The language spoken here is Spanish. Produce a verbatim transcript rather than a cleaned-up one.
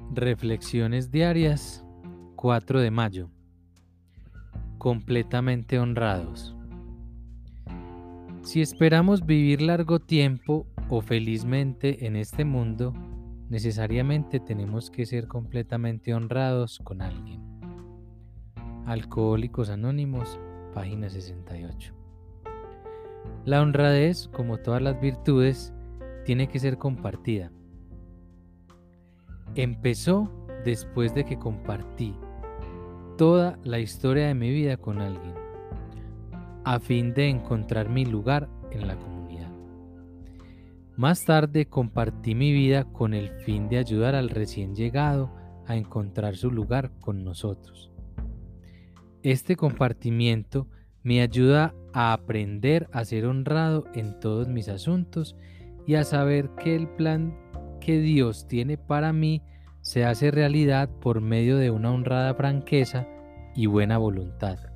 Reflexiones diarias, cuatro de mayo. Completamente honrados. Si esperamos vivir largo tiempo o felizmente en este mundo, necesariamente tenemos que ser completamente honrados con alguien. Alcohólicos Anónimos, página sesenta y ocho. La honradez, como todas las virtudes, tiene que ser compartida. Empezó después de que compartí toda la historia de mi vida con alguien, a fin de encontrar mi lugar en la comunidad. Más tarde compartí mi vida con el fin de ayudar al recién llegado a encontrar su lugar con nosotros. Este compartimiento me ayuda a aprender a ser honrado en todos mis asuntos y a saber que el plan que Dios tiene para mí se hace realidad por medio de una honrada franqueza y buena voluntad.